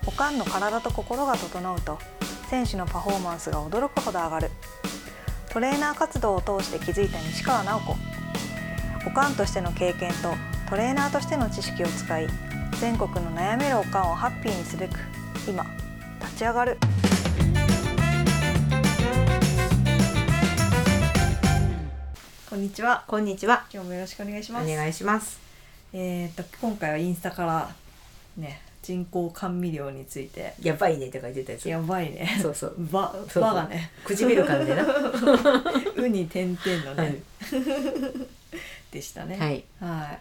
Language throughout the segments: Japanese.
おかんの体と心が整うと選手のパフォーマンスが驚くほど上がる。トレーナー活動を通して気づいた西川直子。おかんとしての経験とトレーナーとしての知識を使い、全国の悩めるおかんをハッピーにすべく今立ち上がる。こんにちは。 こんにちは。 今日もよろしくお願いします。 お願いします。 今回はインスタからね、人工甘味料について。 やばいねって書いてたやつ。 やばいね。 そうそう。 バがね。 唇噛んでな。 ウに点々のね、 はい、 でしたね。 はい。 はい。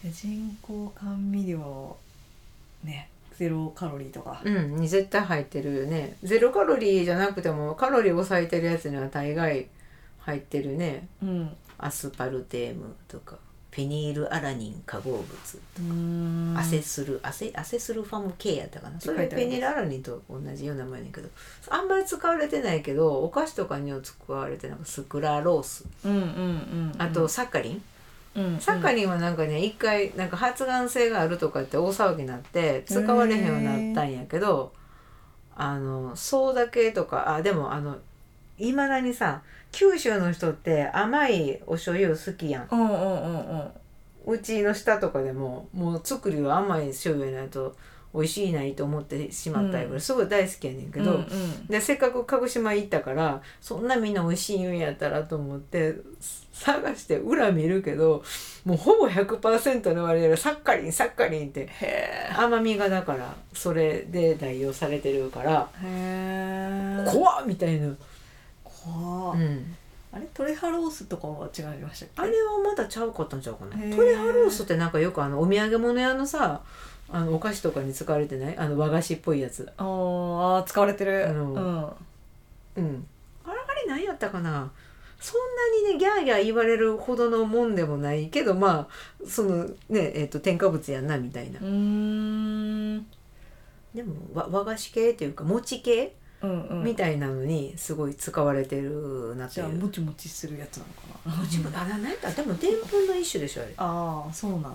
人工甘味料ね、ゼロカロリーとか。 に絶対入ってるよね。ゼロカロリーじゃなくてもカロリー抑えてるやつには大概入ってるね。アスパルテームとかフェニールアラニン化合物とかアセスルファム K やったかな。それフェニールアラニンと同じようなものやけど、あんまり使われてないけどお菓子とかには使われてなんかスクラロース、あとサッカリン、サッカリンはなんかね、一回なんか発がん性があるとかって大騒ぎになって使われへんようになったんやけど、ソーダ系とかでもいまだにさ、九州の人って甘いお醤油好きやん。うちの下とかでももう作りは甘い醤油やないと美味しいないと思ってしまったから、すごい大好きやねんけど、でせっかく鹿児島行ったからそんなみんな美味しいんやったらと思って探して裏見るけど、もうほぼ 100% の割合でサッカリンって甘みがだからそれで代用されてるから怖っみたいな。 あれトレハロースとかは違いましたっけ？ あれはまだちゃうかったんちゃうかな。トレハロースってなんかよくお土産物屋のさ、お菓子とかに使われてない？和菓子っぽいやつ。 使われてる。あれ何やったかな。そんなにねギャーギャー言われるほどのもんでもないけど、まあそのね添加物やんなみたいな。でも和菓子系っていうか餅系みたいなのにすごい使われてるなっていう。 じゃあもちもちするやつなのかな。 もちもち何やった？でもでんぷんの一種でしょあれ。 そうなんだ。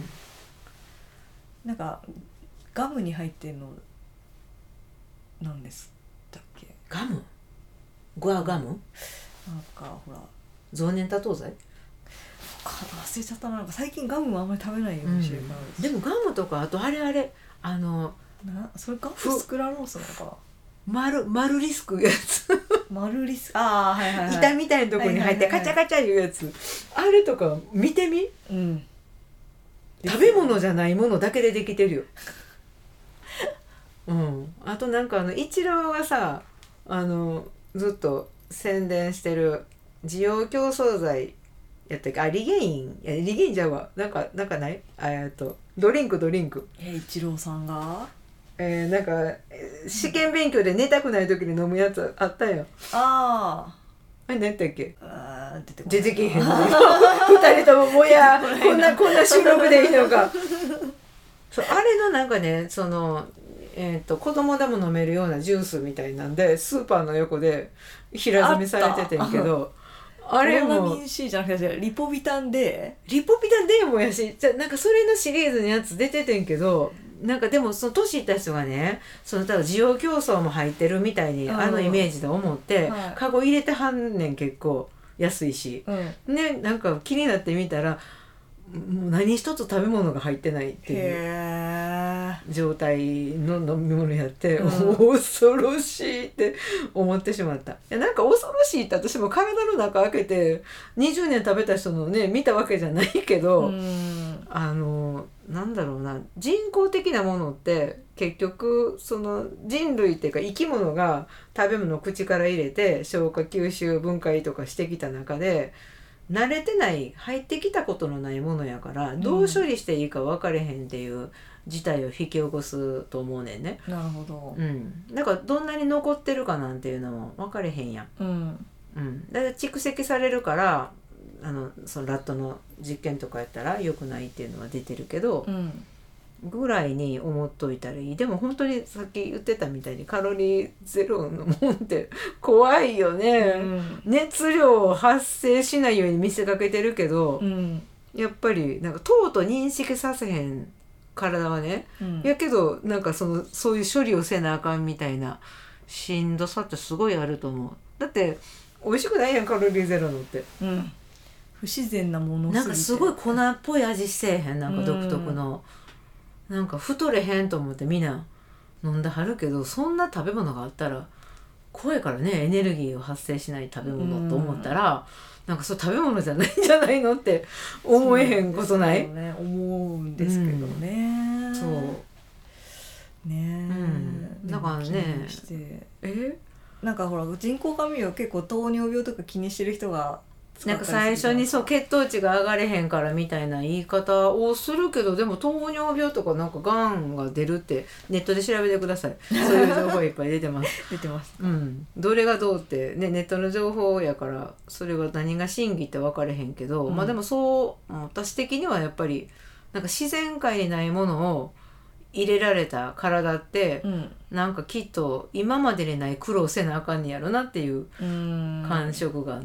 なんかガムに入ってるのなんですだっけ？ ガム？ゴアガム？ なんかほら増粘多糖剤？ 忘れちゃったな。なんか最近ガムもあんまり食べないようにしてるから、 でもガムとかあとあれそれかスクラロースなのかな。 マルリスクいうやつマルリスク板みたいなとこに入ってカチャカチャいうやつ、あれとか見てみ、食べ物じゃないものだけでできてるよあとなんかイチローがさずっと宣伝してる滋養強壮剤やったっけ？リゲインじゃうわ。なんかないドリンクイチローさんがなんか試験勉強で寝たくない時に飲むやつあったよ。あれ何やったっけ？出てけへんの2人とももやこんな収録でいいのかそうあれのなんかね子供でも飲めるようなジュースみたいなんでスーパーの横で平積みされててんけど、あれもコロナミン C じゃなくてリポビタン D もやし、なんかそれのシリーズのやつ出ててんけど、なんかでもその年いった人がね、多分滋養強壮も入ってるみたいにイメージで思って、カゴ入れてはんねん。結構安いし、ね、なんか気になってみたらもう何一つ食べ物が入ってないっていう状態の飲み物やって、恐ろしいって思ってしまった。いやなんか恐ろしいって私も体の中開けて20年食べた人のね見たわけじゃないけど、なんだろうな、人工的なものって結局その人類っていうか生き物が食べ物を口から入れて消化吸収分解とかしてきた中で慣れてない入ってきたことのないものやからどう処理していいか分かれへんっていう事態を引き起こすと思うねんね。 なるほど。 だからどんなに残ってるかなんていうのも分かれへんやん。だから蓄積されるからそのラットの実験とかやったら良くないっていうのは出てるけど、ぐらいに思っといたらいい。でも本当にさっき言ってたみたいにカロリーゼロのもんって怖いよね、熱量を発生しないように見せかけてるけど、やっぱりなんかとうとう認識させへん体はね、やけどなんかそういう処理をせなあかんみたいなしんどさってすごいあると思う。だって美味しくないやん、カロリーゼロのって、 不自然なものなんかすごい粉っぽい味せえへん、なんか独特の、なんか太れへんと思ってみんな飲んではるけど、そんな食べ物があったら怖いからね、エネルギーを発生しない食べ物と思ったら、なんかそう食べ物じゃないんじゃないのって思えへんことない？ ね、思うんですけどね、 そうね、 だからね、 なんかほら人工甘味料結構糖尿病とか気にしてる人がなんか最初にそう血糖値が上がれへんからみたいな言い方をするけど、でも糖尿病とかなんかがんが出るってネットで調べてください。そういう情報いっぱい出てます出てます、 どれがどうって、ね、ネットの情報やからそれが何が真偽って分かれへんけど、まあでもそう私的にはやっぱりなんか自然界にないものを入れられた体って、なんかきっと今までにない苦労せなあかんねやろなっていう感触が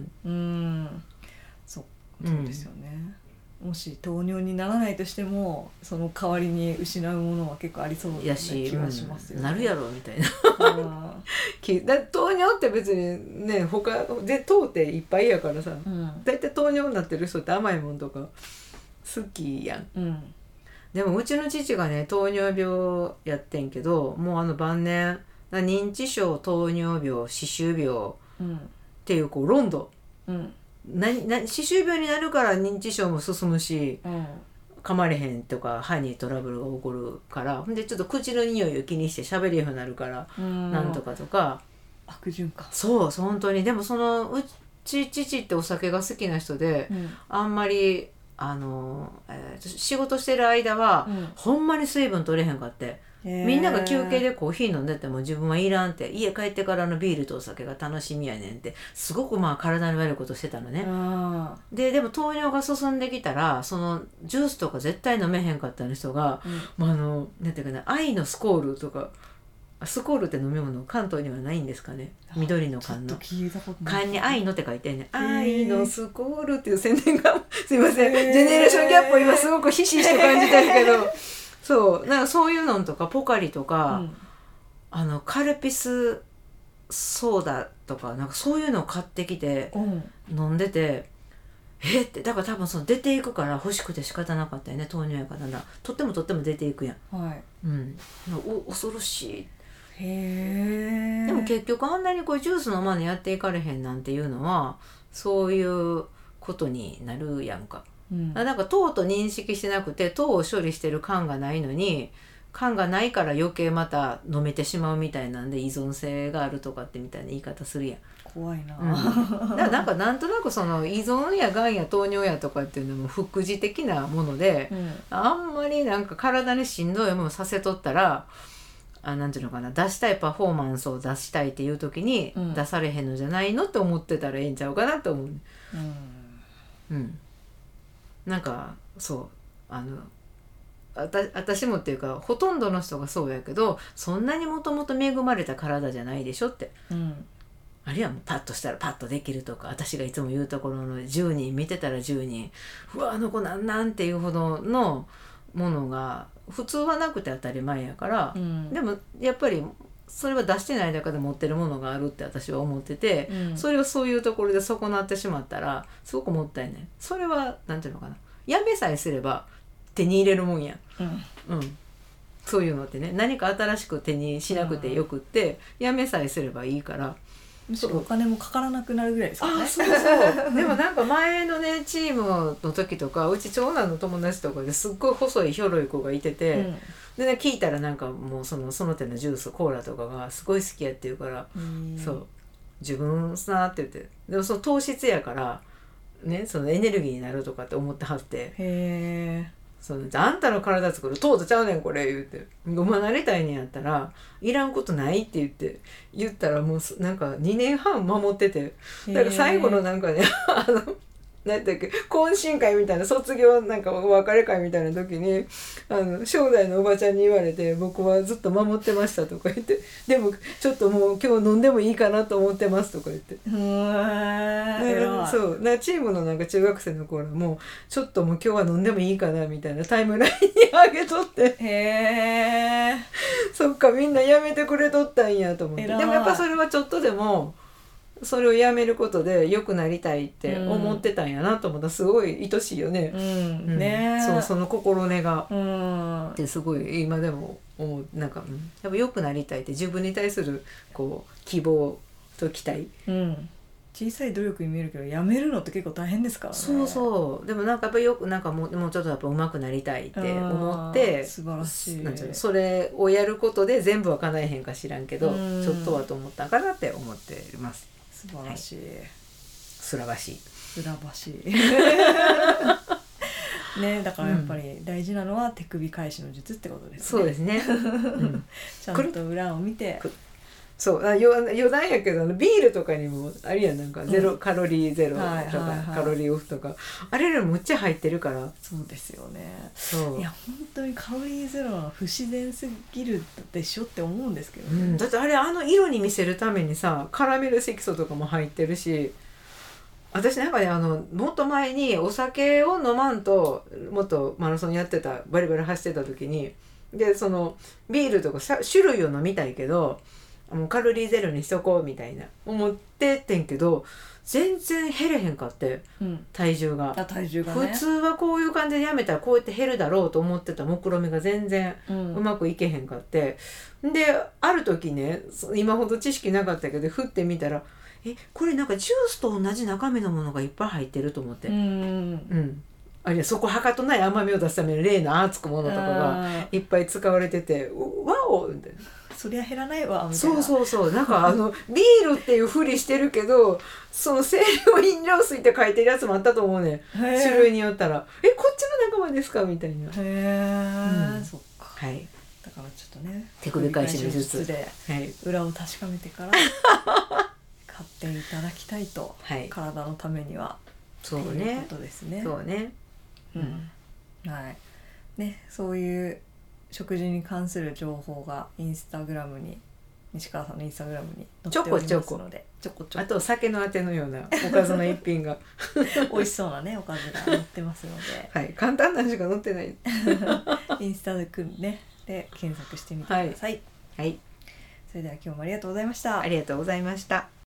そうですよね、もし糖尿にならないとしてもその代わりに失うものは結構ありそうな気がしますよね。 なるやろみたいなだ糖尿って別にね他で糖っていっぱいやからさ、だいたい糖尿になってる人って甘いもんとか好きやん、でもうちの父がね糖尿病やってんけど、もう晩年認知症、糖尿病、歯周病っていうロンド、歯周病になるから認知症も進むし、噛まれへんとか歯にトラブルが起こるから、ほんでちょっと口の匂いを気にして喋れるようになるから、なんとかとか悪循環。 そう本当に。でもうち父ってお酒が好きな人で、あんまり仕事してる間は、ほんまに水分取れへんかって、みんなが休憩でコーヒー飲んでても自分はいらんって、家帰ってからのビールとお酒が楽しみやねんって、すごく体に悪いことしてたのね。でも糖尿が進んできたら、そのジュースとか絶対飲めへんかった人が、なんていうかな、愛のスコールとか、スコールって飲み物関東にはないんですかね、緑の缶の缶に愛のって書いてね、愛のスコールっていう宣伝がすいません、ジェネレーションギャップを今すごくひしひしと感じてるけどそうなんかそういうのとかポカリとか、カルピスソーダとかなんかそういうのを買ってきて飲んでて、ってだから多分出ていくから欲しくて仕方なかったよね、糖尿やからな。とっても出ていくやん、恐ろしい。でも結局あんなにジュース飲までやっていかれへんなんていうのはそういうことになるやんか、なんか糖と認識してなくて糖を処理してる感がないのに、感がないから余計また飲めてしまうみたいなんで依存性があるとかってみたいな言い方するやん。 怖いな、 だからなんとなく依存やがんや糖尿やとかっていうのも副次的なもので、あんまりなんか体にしんどいものさせとったら、なんていうのかな、出したいパフォーマンスを出したいっていう時に出されへんのじゃないのって思ってたらええんちゃうかなと思う。なんかそう私もっていうかほとんどの人がそうやけど、そんなにもともと恵まれた体じゃないでしょって、あるいはもうパッとしたらパッとできるとか、私がいつも言うところの10人見てたら10人うわあの子なんていうほどのものが普通はなくて当たり前やから、でもやっぱりそれは出してない中で持ってるものがあるって私は思ってて、それをそういうところで損なってしまったらすごくもったいない。それはなんていうのかな、やめさえすれば手に入れるもんや、そういうのってね、何か新しく手にしなくてよくって、やめさえすればいいから、 むしろお金もかからなくなるぐらいですかね。 そうでもなんか前のねチームの時とか、うち長男の友達とかですっごい細いひょろい子がいてて、でね聞いたらなんかもうその手のジュースコーラとかがすごい好きやって言うから、そう自分さって言って、でも糖質やからね、そのエネルギーになるとかって思ってはって、あんたの体作る糖とちゃうねんこれ言うて、馬なりたいねんやったらいらんことないって言ったら、もうなんか2年半守ってて、だから最後のなんかね何だっけ懇親会みたいな卒業なんかお別れ会みたいな時に正代のおばちゃんに言われて僕はずっと守ってましたとか言ってでもちょっともう今日飲んでもいいかなと思ってますとか言ってそうなチームのなんか中学生の頃もちょっともう今日は飲んでもいいかなみたいなタイムラインに上げとってへーそっかみんなやめてくれとったんやと思ってでもやっぱそれはちょっとでもそれをやめることで良くなりたいって思ってたんやなと思ったらすごい愛しいよね。 ねそうその心根が、 ってすごい今でも思うなんかやっぱ良くなりたいって自分に対するこう希望と期待、 小さい努力に見えるけどやめるのって結構大変ですからね。 そうそうでもなんかやっぱよくなんかもうちょっとやっぱ上手くなりたいって思って素晴らしいなんていうのそれをやることで全部は叶えへんか知らんけどちょっとはと思ったんかなって思っています。 素晴らしい、 すらばしいすらばしいね、だからやっぱり大事なのは手首返しの術ってことですね。 そうですね、 ちゃんと裏を見てそう余談やけどビールとかにもあるやんなんかカロリーゼロとかカロリーオフとかあれらむっちゃ入ってるからそうですよね。 そういや本当にカロリーゼロは不自然すぎるでしょって思うんですけどね、 だってあれ色に見せるためにさカラメル色素とかも入ってるし私なんかねもっと前にお酒を飲まんともっとマラソンやってたバリバリ走ってた時にでそのビールとか種類を飲みたいけどもうカロリーゼロにしとこうみたいな思ってってんけど全然減れへんかって、体重が、 体重がね、普通はこういう感じでやめたらこうやって減るだろうと思ってた目論見が全然うまくいけへんかって、である時ね今ほど知識なかったけど振ってみたらこれなんかジュースと同じ中身のものがいっぱい入ってると思って、あるいはそこはかとない甘みを出すための例の熱くものとかがいっぱい使われててワオみたいな。 そりゃ減らないわみたいな。 そうなんかビールっていうふりしてるけどその清涼飲料水って書いてるやつもあったと思うね種類によったらこっちの仲間ですかみたいな。 そっか、 はい、 だからちょっとね手繰り返しの術で裏を確かめてから買っていただきたいと、体のためにはそうねっていうことですね。 そうね、 はいね、そういう食事に関する情報がインスタグラムに西川さんのインスタグラムに載っておりますのでちょこあと酒のあてのようなおかずの一品が美味しそうなねおかずが載ってますので簡単なのしか載ってないインスタで検索してみてください。 はい、 それでは今日もありがとうございました。 ありがとうございました。